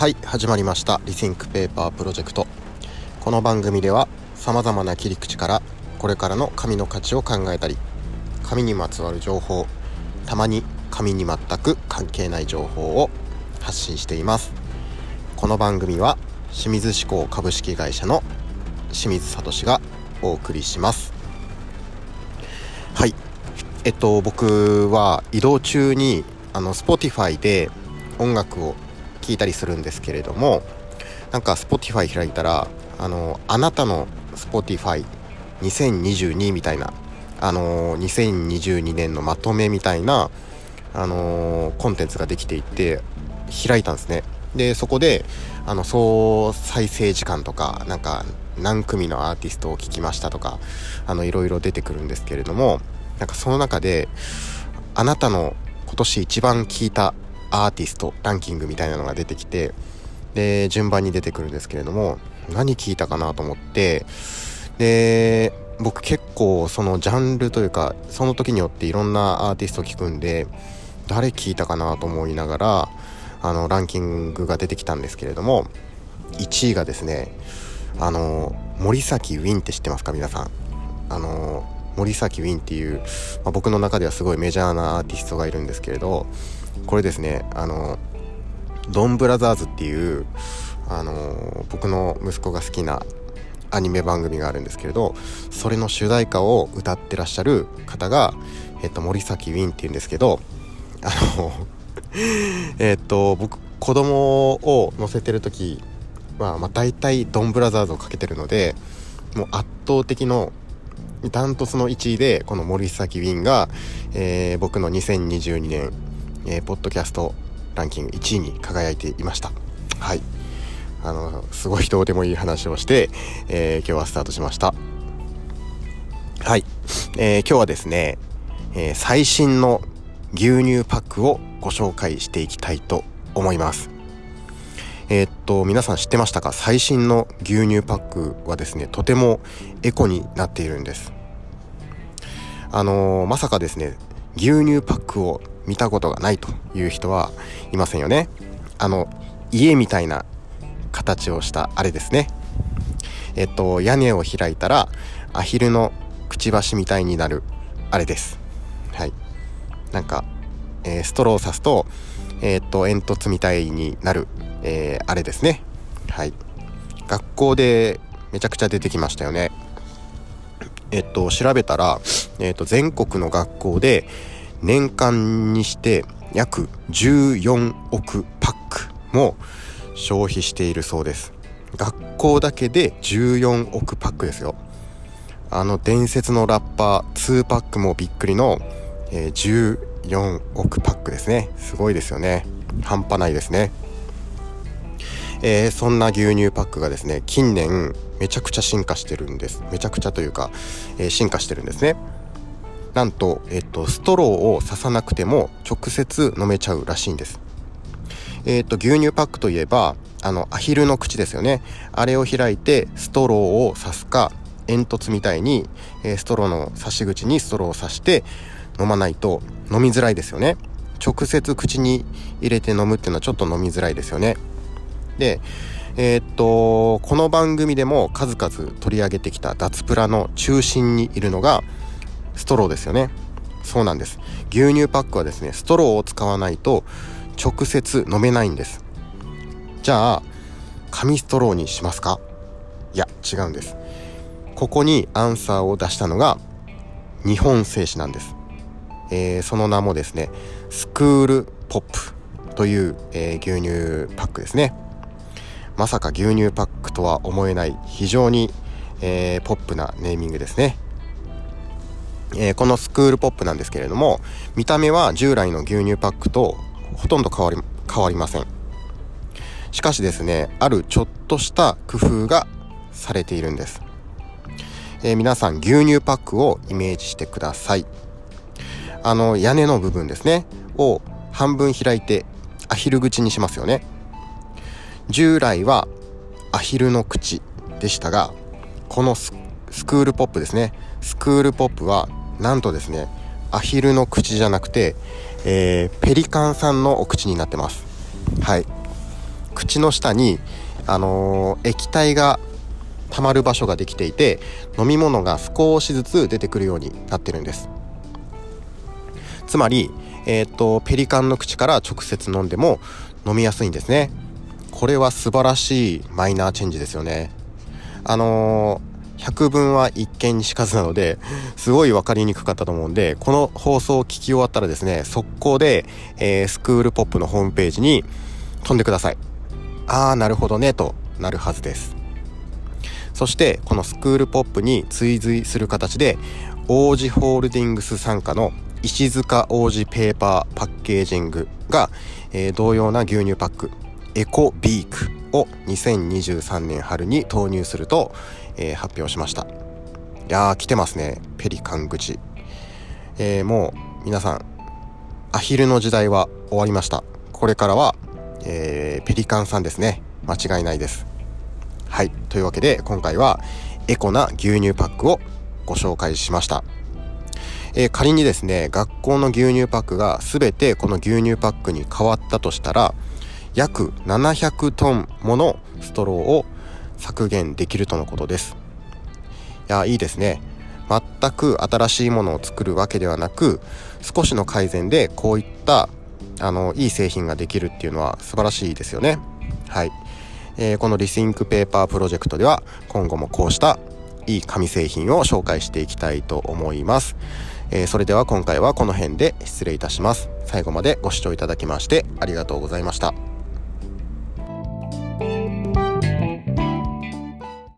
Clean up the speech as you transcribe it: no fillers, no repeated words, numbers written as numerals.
はい、始まりました。リシンクペーパープロジェクト。この番組では様々な切り口からこれからの紙の価値を考えたり、紙にまつわる情報、たまに紙に全く関係ない情報を発信しています。この番組は清水志向株式会社の清水聡がお送りします。はい、僕は移動中にSpotify で音楽を聴いたりするんですけれども、なんか Spotify 開いたらあなたの Spotify 2022みたいな2022年のまとめみたいなコンテンツができていて開いたんですね。でそこで総再生時間とかなんか何組のアーティストを聴きましたとかいろいろ出てくるんですけれども、なんかその中であなたの今年一番聴いたアーティストランキングみたいなのが出てきて、で順番に出てくるんですけれども、何聴いたかなと思って、で僕結構そのジャンルというかその時によっていろんなアーティスト聴くんで、誰聴いたかなと思いながらランキングが出てきたんですけれども、1位がですね森崎ウィンって知ってますか皆さん。森崎ウィンっていう、僕の中ではすごいメジャーなアーティストがいるんですけれど、これですねドンブラザーズっていう僕の息子が好きなアニメ番組があるんですけれど、それの主題歌を歌ってらっしゃる方が森崎ウィンっていうんですけど、僕子供を乗せてる時は大体ドンブラザーズをかけてるので、もう圧倒的のダントツの1位でこの森崎ウィンが、僕の2022年、ポッドキャストランキング1位に輝いていました。はい、すごいどうでもいい話をして、今日はスタートしました。はい、今日はですね、最新の牛乳パックをご紹介していきたいと思います。皆さん知ってましたか？最新の牛乳パックはですね、とてもエコになっているんです。まさかですね、牛乳パックを見たことがないという人はいませんよね。家みたいな形をしたあれですね。屋根を開いたらアヒルのくちばしみたいになるあれです。はい、なんか、ストローを刺すと煙突みたいになるあれですね。はい、学校でめちゃくちゃ出てきましたよね。調べたら、全国の学校で年間にして約14億パックも消費しているそうです。学校だけで14億パックですよ。伝説のラッパー2パックもびっくりの、14億パックですね。すごいですよね。半端ないですね。そんな牛乳パックがですね、近年めちゃくちゃ進化してるんです。めちゃくちゃというか、進化してるんですね。なんと、ストローを刺さなくても直接飲めちゃうらしいんです。牛乳パックといえばアヒルの口ですよね。あれを開いてストローを刺すか、煙突みたいに、ストローの刺し口にストローを刺して飲まないと飲みづらいですよね。直接口に入れて飲むっていうのはちょっと飲みづらいですよね。で、この番組でも数々取り上げてきた脱プラの中心にいるのがストローですよね。そうなんです。牛乳パックはですね、ストローを使わないと直接飲めないんです。じゃあ紙ストローにしますか？いや、違うんです。ここにアンサーを出したのが日本製紙なんです。その名もですね、スクールポップという、牛乳パックですね。まさか牛乳パックとは思えない非常に、ポップなネーミングですね。このスクールポップなんですけれども、見た目は従来の牛乳パックとほとんど変わりません。しかしですね、あるちょっとした工夫がされているんです。皆さん牛乳パックをイメージしてください。屋根の部分ですねを半分開いてアヒル口にしますよね。従来はアヒルの口でしたが、このスクールポップですね、スクールポップはなんとですね、アヒルの口じゃなくて、ペリカンさんのお口になってます。はい、 口の下に、液体が溜まる場所ができていて、飲み物が少しずつ出てくるようになってるんです。つまり、ペリカンの口から直接飲んでも飲みやすいんですね。これは素晴らしいマイナーチェンジですよね。百聞は一見にしかずなので、すごい分かりにくかったと思うんで、この放送を聞き終わったらですね、速攻で、スクールポップのホームページに飛んでください。なるほどねとなるはずです。そしてこのスクールポップに追随する形で、王子ホールディングス傘下の石塚王子ペーパーパッケージングが、同様な牛乳パックエコビークを2023年春に投入すると、発表しました。いやー、来てますね、ペリカン口。もう皆さん、アヒルの時代は終わりました。これからは、ペリカンさんですね。間違いないです。はい、というわけで今回はエコな牛乳パックをご紹介しました。仮にですね、学校の牛乳パックが全てこの牛乳パックに変わったとしたら、約700トンものストローを削減できるとのことです。いいですね。全く新しいものを作るわけではなく、少しの改善でこういったいい製品ができるっていうのは素晴らしいですよね。はい、このリスインクペーパープロジェクトでは今後もこうしたいい紙製品を紹介していきたいと思います。それでは今回はこの辺で失礼いたします。最後までご視聴いただきましてありがとうございました。